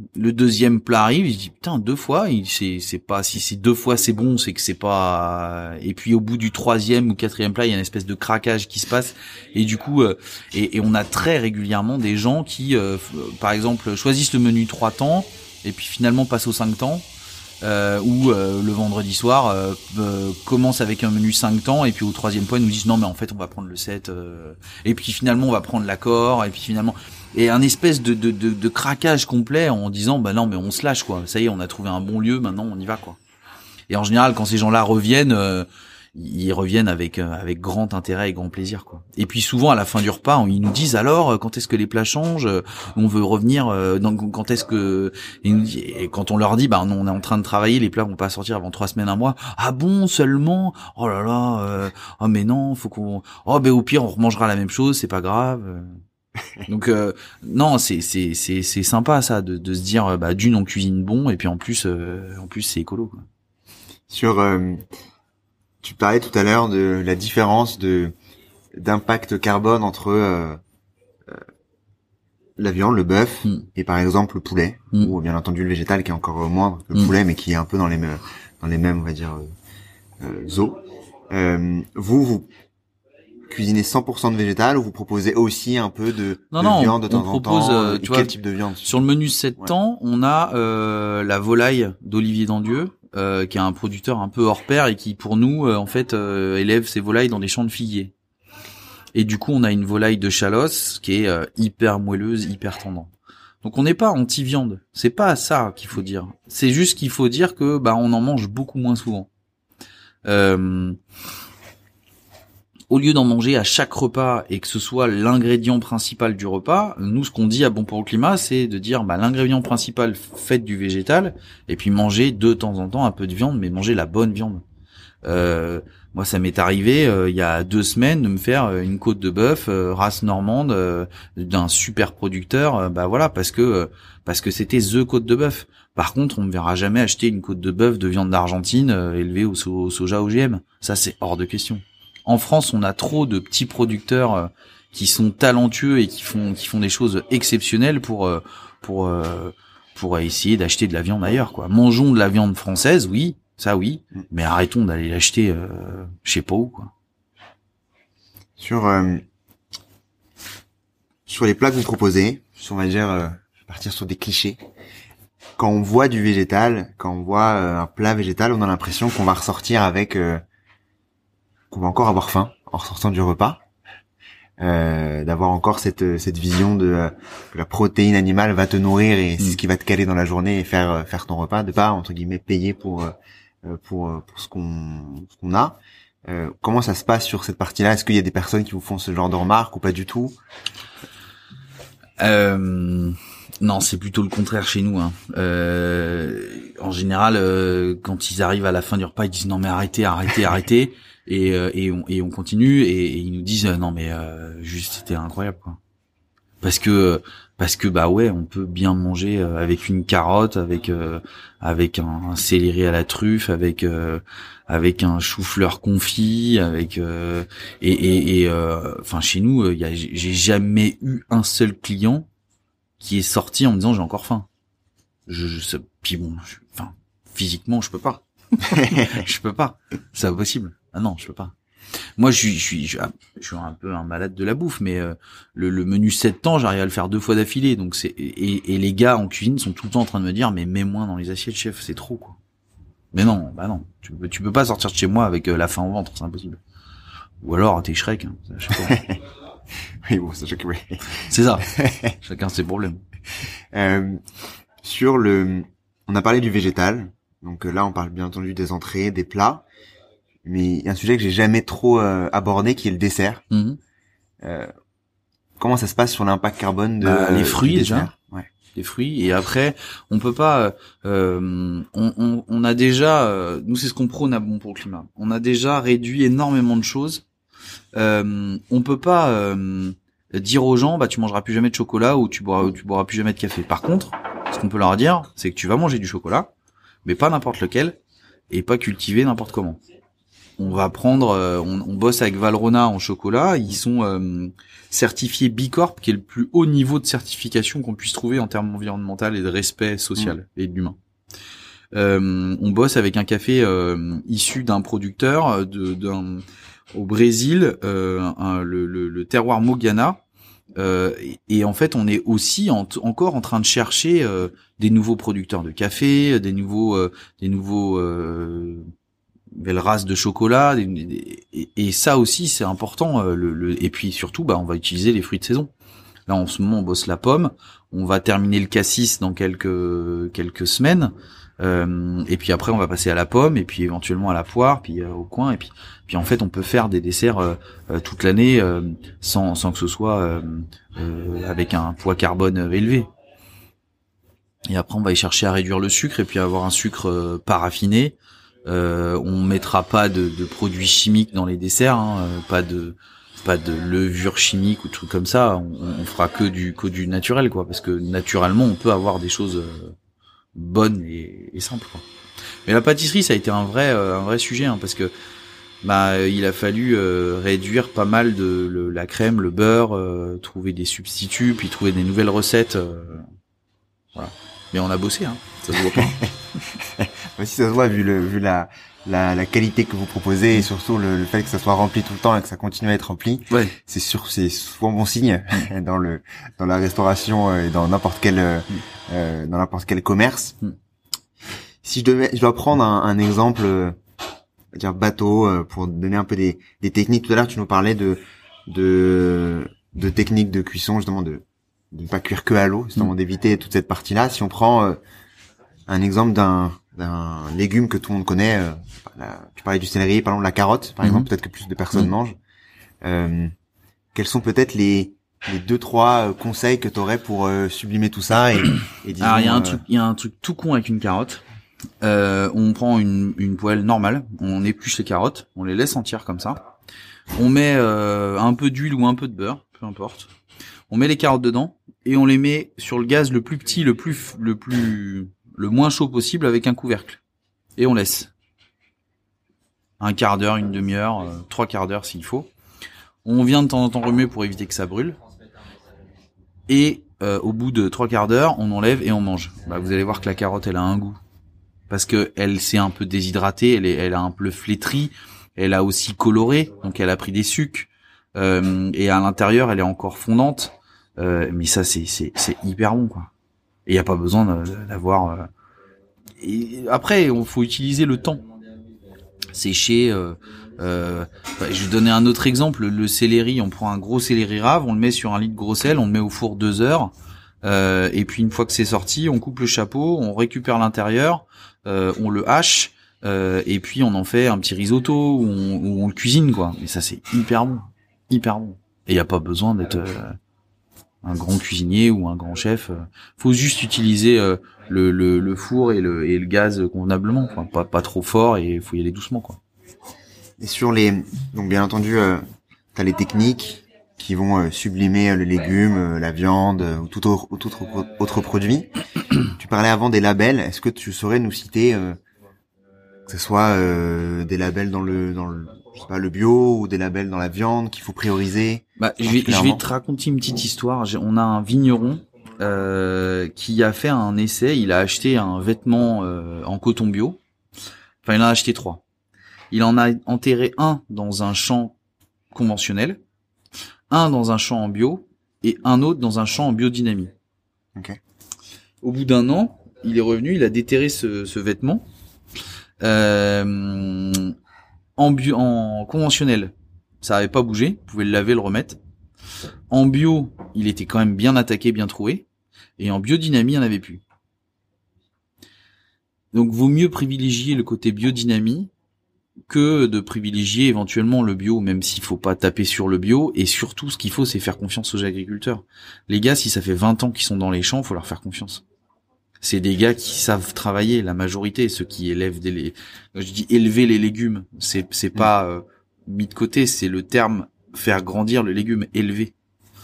Le deuxième plat arrive, il se dit putain 2 fois, c'est pas, si c'est 2 fois c'est bon, c'est que c'est pas. Et puis au bout du 3e ou 4e plat, il y a une espèce de craquage qui se passe et du coup et on a très régulièrement des gens qui par exemple choisissent le menu 3 temps et puis finalement passent aux 5 temps. Ou le vendredi soir commence avec un menu 5 temps et puis au 3e point ils nous disent non mais en fait on va prendre le 7 et puis finalement on va prendre l'accord et puis finalement et un espèce de craquage complet en disant bah non mais on se lâche quoi, ça y est on a trouvé un bon lieu, maintenant on y va quoi. Et en général quand ces gens-là reviennent ils reviennent avec grand intérêt et grand plaisir quoi. Et puis souvent à la fin du repas, ils nous disent alors quand est-ce que les plats changent, on veut revenir quand est-ce que et quand on leur dit bah non, on est en train de travailler, les plats vont pas sortir avant 3 semaines, un mois. Ah bon, seulement? Oh là là, oh mais non, faut qu'on au pire on remangera la même chose, c'est pas grave. Donc non, c'est sympa ça de se dire bah d'une on cuisine bon et puis en plus c'est écolo quoi. Tu parlais tout à l'heure de la différence d'impact carbone entre la viande, le bœuf, et par exemple le poulet, ou bien entendu le végétal qui est encore moindre que le poulet, mais qui est un peu dans les mêmes, on va dire, eaux. Vous cuisinez 100% de végétal ou vous proposez aussi un peu de viande de temps en temps? Tu vois, quel type de viande? Sur le menu 7 temps, on a la volaille d'Olivier Dandieu, qui est un producteur un peu hors pair et qui pour nous en fait élève ses volailles dans des champs de figuiers. Et du coup on a une volaille de Chalosse qui est hyper moelleuse, hyper tendante. Donc on n'est pas anti-viande, c'est pas ça qu'il faut dire. C'est juste qu'il faut dire que bah on en mange beaucoup moins souvent. Au lieu d'en manger à chaque repas et que ce soit l'ingrédient principal du repas, nous, ce qu'on dit à Bon pour le climat, c'est de dire, bah, l'ingrédient principal, faites du végétal, et puis mangez de temps en temps un peu de viande, mais mangez la bonne viande. Moi, ça m'est arrivé, il y a 2 semaines, de me faire une côte de bœuf, race normande, d'un super producteur, bah voilà, parce que c'était the côte de bœuf. Par contre, on ne verra jamais acheter une côte de bœuf de viande d'Argentine, élevée au soja OGM. Ça, c'est hors de question. En France, on a trop de petits producteurs qui sont talentueux et qui font des choses exceptionnelles pour essayer d'acheter de la viande ailleurs, quoi. Mangeons de la viande française, oui, ça oui, mais arrêtons d'aller l'acheter je sais pas où, quoi. Sur les plats que vous proposez, on va dire partir sur des clichés. Quand on voit du végétal, quand on voit un plat végétal, on a l'impression qu'on va ressortir avec qu'on va encore avoir faim en ressortant du repas, d'avoir encore cette vision que la protéine animale va te nourrir et c'est ce qui va te caler dans la journée et faire ton repas, de pas entre guillemets payer pour ce qu'on a. Comment ça se passe sur cette partie-là? Est-ce qu'il y a des personnes qui vous font ce genre de remarques ou pas du tout? Non, c'est plutôt le contraire chez nous, hein. En général, quand ils arrivent à la fin du repas, ils disent non mais arrêtez. Et on continue et ils nous disent non mais juste c'était incroyable quoi. Parce que bah ouais, on peut bien manger avec une carotte, avec un céleri à la truffe, avec un chou-fleur confit, avec enfin chez nous j'ai jamais eu un seul client qui est sorti en me disant j'ai encore faim. Puis bon, enfin physiquement je peux pas. Je peux pas, c'est impossible. Ah non, je peux pas. Moi, je suis un peu un malade de la bouffe, mais le menu 7 temps, j'arrive à le faire 2 fois d'affilée. Donc et les gars en cuisine sont tout le temps en train de me dire mais mets-moi dans les assiettes, chef, c'est trop quoi. Mais non, bah non, tu peux pas sortir de chez moi avec la faim au ventre, c'est impossible. Ou alors t'es Shrek, hein, je sais pas. Oui, bon, c'est oui. C'est ça. Chacun ses problèmes. On a parlé du végétal. Donc là, on parle bien entendu des entrées, des plats. Mais il y a un sujet que j'ai jamais trop abordé, qui est le dessert. Comment ça se passe sur l'impact carbone les fruits déjà. Ouais. Les fruits. Et après, on peut pas. On a déjà. Nous, c'est ce qu'on prône à Bon pour le climat. On a déjà réduit énormément de choses. On peut pas dire aux gens, bah tu mangeras plus jamais de chocolat ou tu boiras plus jamais de café. Par contre, ce qu'on peut leur dire, c'est que tu vas manger du chocolat, mais pas n'importe lequel, et pas cultivé n'importe comment. on va prendre, on bosse avec Valrhona en chocolat. Ils sont certifiés B Corp, qui est le plus haut niveau de certification qu'on puisse trouver en termes environnementaux et de respect social et de l'humain. On bosse avec un café issu d'un producteur au Brésil, le terroir Mogana. Et en fait, on est aussi encore en train de chercher des nouveaux producteurs de café, des nouveaux nouvelles races de chocolat, et ça aussi c'est important. Et puis surtout, on va utiliser les fruits de saison. Là, en ce moment, on bosse la pomme. On va terminer le cassis dans quelques semaines. Et puis après, on va passer à la pomme, et puis éventuellement à la poire, puis au coin, et puis en fait, on peut faire des desserts toute l'année sans que ce soit avec un poids carbone élevé. Et après, on va y chercher à réduire le sucre et puis avoir un sucre pas raffiné. On mettra pas de produits chimiques dans les desserts, pas de levure chimique ou trucs comme ça. On fera que du naturel, quoi, parce que naturellement, on peut avoir des choses bonnes et simples, quoi. Mais la pâtisserie, ça a été un vrai sujet, parce que il a fallu réduire pas mal de la crème, le beurre, trouver des substituts, puis trouver des nouvelles recettes. Voilà. Mais on a bossé, ça se voit pas. Si ça se voit vu la qualité que vous proposez et surtout le fait que ça soit rempli tout le temps et que ça continue à être rempli. Ouais. C'est souvent bon signe dans la restauration et dans n'importe quel commerce. Si je dois prendre un exemple, dire bateau, pour donner un peu des techniques. Tout à l'heure, tu nous parlais de techniques de cuisson, justement de ne pas cuire que à l'eau, justement d'éviter toute cette partie-là. Si on prend un exemple d'un légume que tout le monde connaît, tu parlais du céleri, par exemple la carotte, par exemple, peut-être que plus de personnes mangent. Quels sont peut-être les 2-3 conseils que tu aurais pour sublimer tout ça et disons, alors il y a un truc tout con avec une carotte. On prend une poêle normale, on épluche les carottes, on les laisse entières comme ça. On met un peu d'huile ou un peu de beurre, peu importe. On met les carottes dedans et on les met sur le gaz le plus petit, le moins chaud possible avec un couvercle. Et on laisse un quart d'heure, une demi-heure, 3 quarts d'heure s'il faut. On vient de temps en temps remuer pour éviter que ça brûle. Et au bout de 3 quarts d'heure, on enlève et on mange. Vous allez voir que la carotte, elle a un goût. Parce que elle s'est un peu déshydratée, elle a un peu flétri, elle a aussi coloré, donc elle a pris des sucres. Et à l'intérieur, elle est encore fondante. Mais ça, c'est hyper bon, quoi. Et il y a pas besoin d'avoir. Et après, il faut utiliser le temps. Sécher. Je vais donner un autre exemple. Le céleri, on prend un gros céleri rave, on le met sur un lit de gros sel, on le met au four 2 heures. Et puis une fois que c'est sorti, on coupe le chapeau, on récupère l'intérieur, on le hache, et puis on en fait un petit risotto où on le cuisine, quoi. Et ça, c'est hyper bon, hyper bon. Et il y a pas besoin d'être un grand cuisinier ou un grand chef. Faut juste utiliser le four et le gaz convenablement, quoi. Pas trop fort, et faut y aller doucement, quoi. Et donc bien entendu, t'as les techniques qui vont sublimer le légume, la viande ou tout autre produit. Tu parlais avant des labels. Est-ce que tu saurais nous citer que ce soit des labels dans le je sais pas, le bio ou des labels dans la viande qu'il faut prioriser? Je vais te raconter une petite histoire. On a un vigneron qui a fait un essai. Il a acheté un vêtement en coton bio. Enfin, il en a acheté 3. Il en a enterré un dans un champ conventionnel, un dans un champ en bio et un autre dans un champ en biodynamie. Okay. Au bout d'un an, il est revenu, il a déterré ce vêtement en conventionnel. Ça avait pas bougé, vous pouvez le laver, le remettre. En bio, il était quand même bien attaqué, bien troué, et en biodynamie, il n'y en avait plus. Donc, vaut mieux privilégier le côté biodynamie que de privilégier éventuellement le bio, même s'il faut pas taper sur le bio. Et surtout, ce qu'il faut, c'est faire confiance aux agriculteurs. Les gars, si ça fait 20 ans qu'ils sont dans les champs, faut leur faire confiance. C'est des gars qui savent travailler, la majorité, ceux qui élèvent quand je dis élever les légumes, c'est pas mis de côté, c'est le terme faire grandir le légume, élever.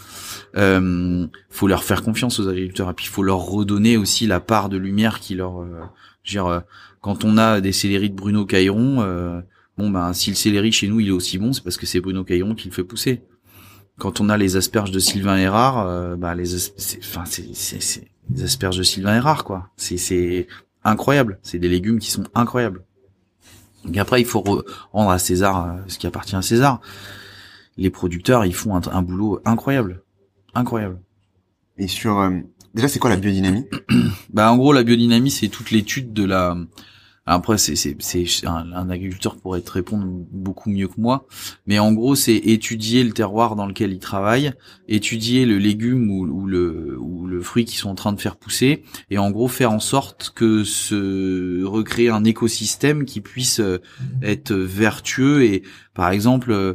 Faut leur faire confiance aux agriculteurs, et puis il faut leur redonner aussi la part de lumière qui leur quand on a des céleris de Bruno Cailleron, Bon ben si le céleri chez nous il est aussi bon, c'est parce que c'est Bruno Caillon qui le fait pousser. Quand on a les asperges de Sylvain Erard, c'est les asperges de Sylvain Erard quoi. C'est incroyable, c'est des légumes qui sont incroyables. Donc après il faut rendre à César ce qui appartient à César. Les producteurs, ils font un boulot incroyable. Incroyable. Et sur déjà c'est quoi la biodynamie? Bah en gros la biodynamie c'est toute l'étude de la. Après c'est un agriculteur pourrait te répondre beaucoup mieux que moi, mais en gros c'est étudier le terroir dans lequel il travaille, étudier le légume ou le fruit qu'ils sont en train de faire pousser, et en gros faire en sorte que se recréer un écosystème qui puisse être vertueux. Et par exemple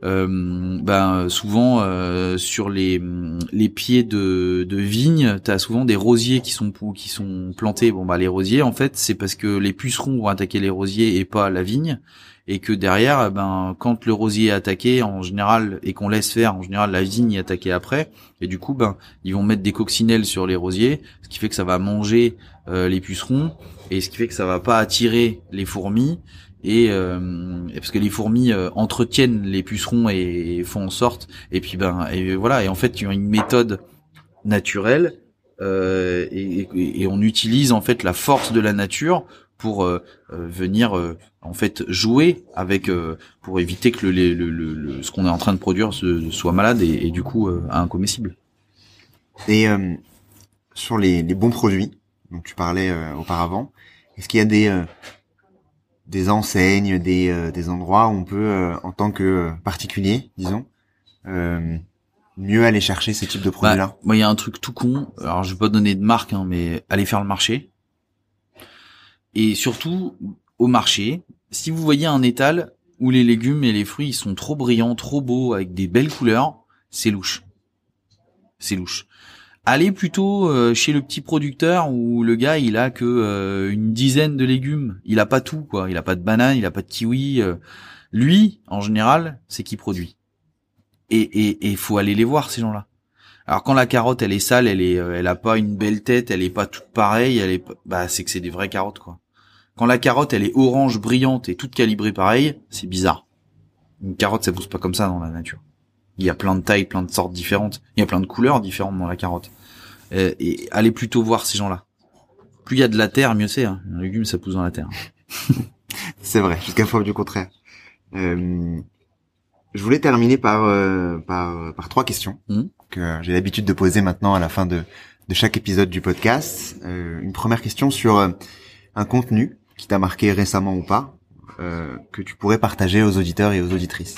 souvent sur les pieds de vigne, t'as souvent des rosiers qui sont plantés. Bon bah les rosiers en fait c'est parce que les pucerons vont attaquer les rosiers et pas la vigne, et que derrière quand le rosier est attaqué en général et qu'on laisse faire, en général la vigne est attaquée après, et du coup ils vont mettre des coccinelles sur les rosiers, ce qui fait que ça va manger les pucerons, et ce qui fait que ça va pas attirer les fourmis. Et parce que les fourmis entretiennent les pucerons et font en sorte, et puis et voilà, et en fait il y a une méthode naturelle et on utilise en fait la force de la nature pour venir en fait jouer avec pour éviter que ce qu'on est en train de produire soit malade et du coup incomestible. Et sur les bons produits dont tu parlais auparavant, est-ce qu'il y a des enseignes, des endroits où on peut, en tant que particulier, disons, mieux aller chercher ces types de produits-là? Moi, il y a un truc tout con. Alors, je vais pas donner de marque, mais aller faire le marché. Et surtout, au marché, si vous voyez un étal où les légumes et les fruits ils sont trop brillants, trop beaux, avec des belles couleurs, c'est louche. C'est louche. Allez plutôt chez le petit producteur où le gars il a que une dizaine de légumes, il a pas tout quoi, il a pas de banane, il a pas de kiwi. Lui, en général, c'est qui produit. Et faut aller les voir ces gens-là. Alors quand la carotte elle est sale, elle a pas une belle tête, elle est pas toute pareille, c'est que c'est des vraies carottes quoi. Quand la carotte elle est orange brillante et toute calibrée pareil, c'est bizarre. Une carotte ça pousse pas comme ça dans la nature. Il y a plein de tailles, plein de sortes différentes. Il y a plein de couleurs différentes dans la carotte. Et allez plutôt voir ces gens-là. Plus il y a de la terre, mieux c'est. Un légume, ça pousse dans la terre. C'est vrai, jusqu'à preuve du contraire. Je voulais terminer par 3 questions que j'ai l'habitude de poser maintenant à la fin de chaque épisode du podcast. Une première question sur un contenu qui t'a marqué récemment ou pas, que tu pourrais partager aux auditeurs et aux auditrices.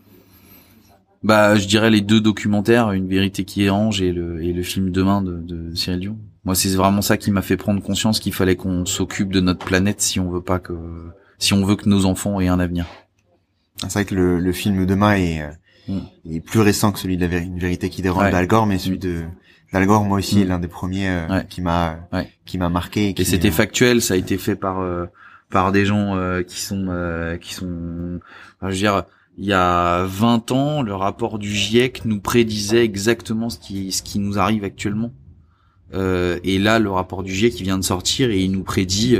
Je dirais les 2 documentaires, Une vérité qui dérange et le film Demain de Cyril Dion. Moi, c'est vraiment ça qui m'a fait prendre conscience qu'il fallait qu'on s'occupe de notre planète si on veut que nos enfants aient un avenir. C'est vrai que le film Demain est plus récent que celui de Une vérité qui dérange d'Al Gore, mais celui d'Al Gore, moi aussi, est l'un des premiers qui m'a marqué. Et c'était factuel, ça a été fait par des gens qui sont je veux dire, il y a 20 ans, le rapport du GIEC nous prédisait exactement ce qui nous arrive actuellement. Et là, le rapport du GIEC qui vient de sortir et il nous prédit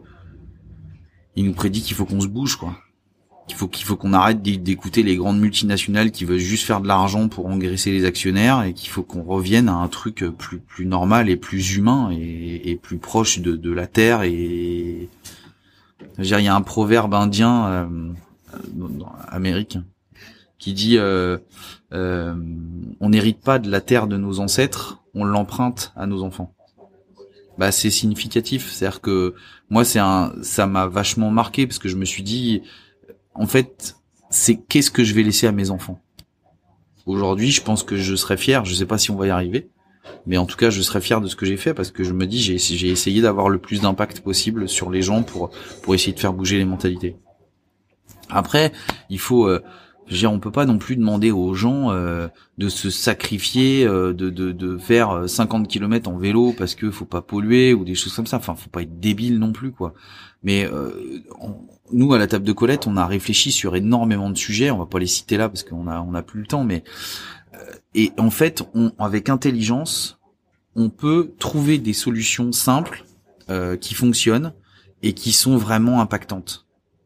qu'il faut qu'on se bouge, quoi. Qu'il faut qu'on arrête d'écouter les grandes multinationales qui veulent juste faire de l'argent pour engraisser les actionnaires, et qu'il faut qu'on revienne à un truc plus normal et plus humain et plus proche de la terre. Et je veux dire, il y a un proverbe indien américain qui dit on n'hérite pas de la terre de nos ancêtres, on l'emprunte à nos enfants. C'est significatif, c'est-à-dire que moi ça m'a vachement marqué, parce que je me suis dit en fait, c'est qu'est-ce que je vais laisser à mes enfants. Aujourd'hui, je pense que je serais fier, je sais pas si on va y arriver, mais en tout cas, je serais fier de ce que j'ai fait, parce que je me dis j'ai essayé d'avoir le plus d'impact possible sur les gens pour essayer de faire bouger les mentalités. Après, il faut on peut pas non plus demander aux gens de se sacrifier, de faire 50 km en vélo parce que faut pas polluer ou des choses comme ça. Enfin, faut pas être débile non plus, quoi. Mais nous, à la table de Colette, on a réfléchi sur énormément de sujets. On va pas les citer là parce qu'on a plus le temps. Mais et en fait, avec intelligence, on peut trouver des solutions simples qui fonctionnent et qui sont vraiment impactantes.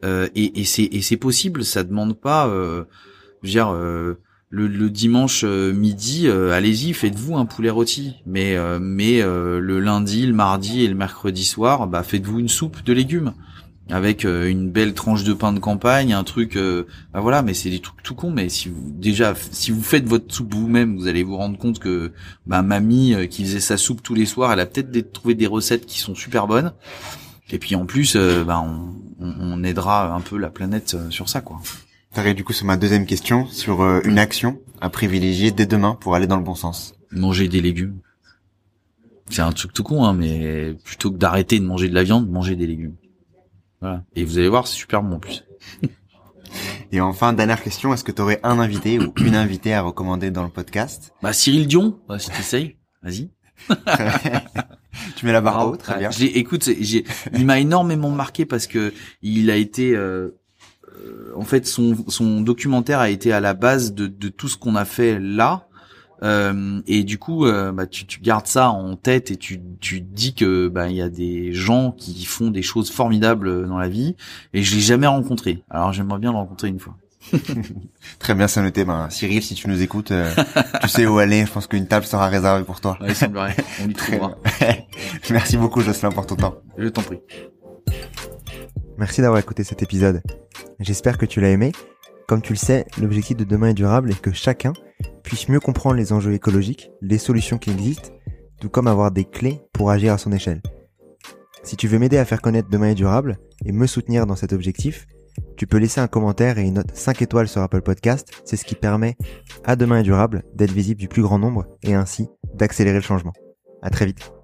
Et c'est possible, ça demande pas, je veux dire, le dimanche midi, allez-y, faites-vous un poulet rôti. Mais le lundi, le mardi et le mercredi soir, bah faites-vous une soupe de légumes avec une belle tranche de pain de campagne, un truc, bah voilà. Mais c'est des trucs tout cons. Mais si vous faites votre soupe vous-même, vous allez vous rendre compte que mamie qui faisait sa soupe tous les soirs, elle a peut-être trouvé des recettes qui sont super bonnes. Et puis en plus, on aidera un peu la planète sur ça, quoi. T'arrives du coup sur ma deuxième question, sur une action à privilégier dès demain pour aller dans le bon sens. Manger des légumes. C'est un truc tout con, hein, mais plutôt que d'arrêter de manger de la viande, manger des légumes. Voilà. Et vous allez voir, c'est super bon en plus. Et enfin, dernière question, est-ce que t'aurais un invité ou une invitée à recommander dans le podcast? Cyril Dion, si t'essayes, vas-y. Tu mets la barre haute, très bien. Il m'a énormément marqué parce que il a été, en fait, son documentaire a été à la base de tout ce qu'on a fait là. Et du coup, tu gardes ça en tête et tu dis que il y a des gens qui font des choses formidables dans la vie. Et je l'ai jamais rencontré. Alors j'aimerais bien le rencontrer une fois. Très bien, c'est noté. Cyril, si tu nous écoutes, tu sais où aller. Je pense qu'une table sera réservée pour toi. Ouais, il semblerait. On y trouvera. Merci beaucoup, Jocelyn, pour ton temps. Je t'en prie. Merci d'avoir écouté cet épisode. J'espère que tu l'as aimé. Comme tu le sais, l'objectif de Demain est durable est que chacun puisse mieux comprendre les enjeux écologiques, les solutions qui existent, tout comme avoir des clés pour agir à son échelle. Si tu veux m'aider à faire connaître Demain est durable et me soutenir dans cet objectif, tu peux laisser un commentaire et une note 5 étoiles sur Apple Podcast. C'est ce qui permet à Demain est durable d'être visible du plus grand nombre et ainsi d'accélérer le changement. À très vite.